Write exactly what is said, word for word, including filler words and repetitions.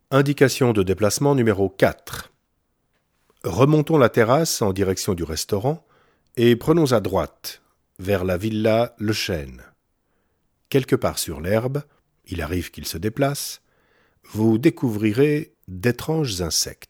Indication de déplacement numéro quatre. Remontons la terrasse en direction du restaurant et prenons à droite, vers la villa Le Chêne. Quelque part sur l'herbe, il arrive qu'il se déplace, vous découvrirez d'étranges insectes.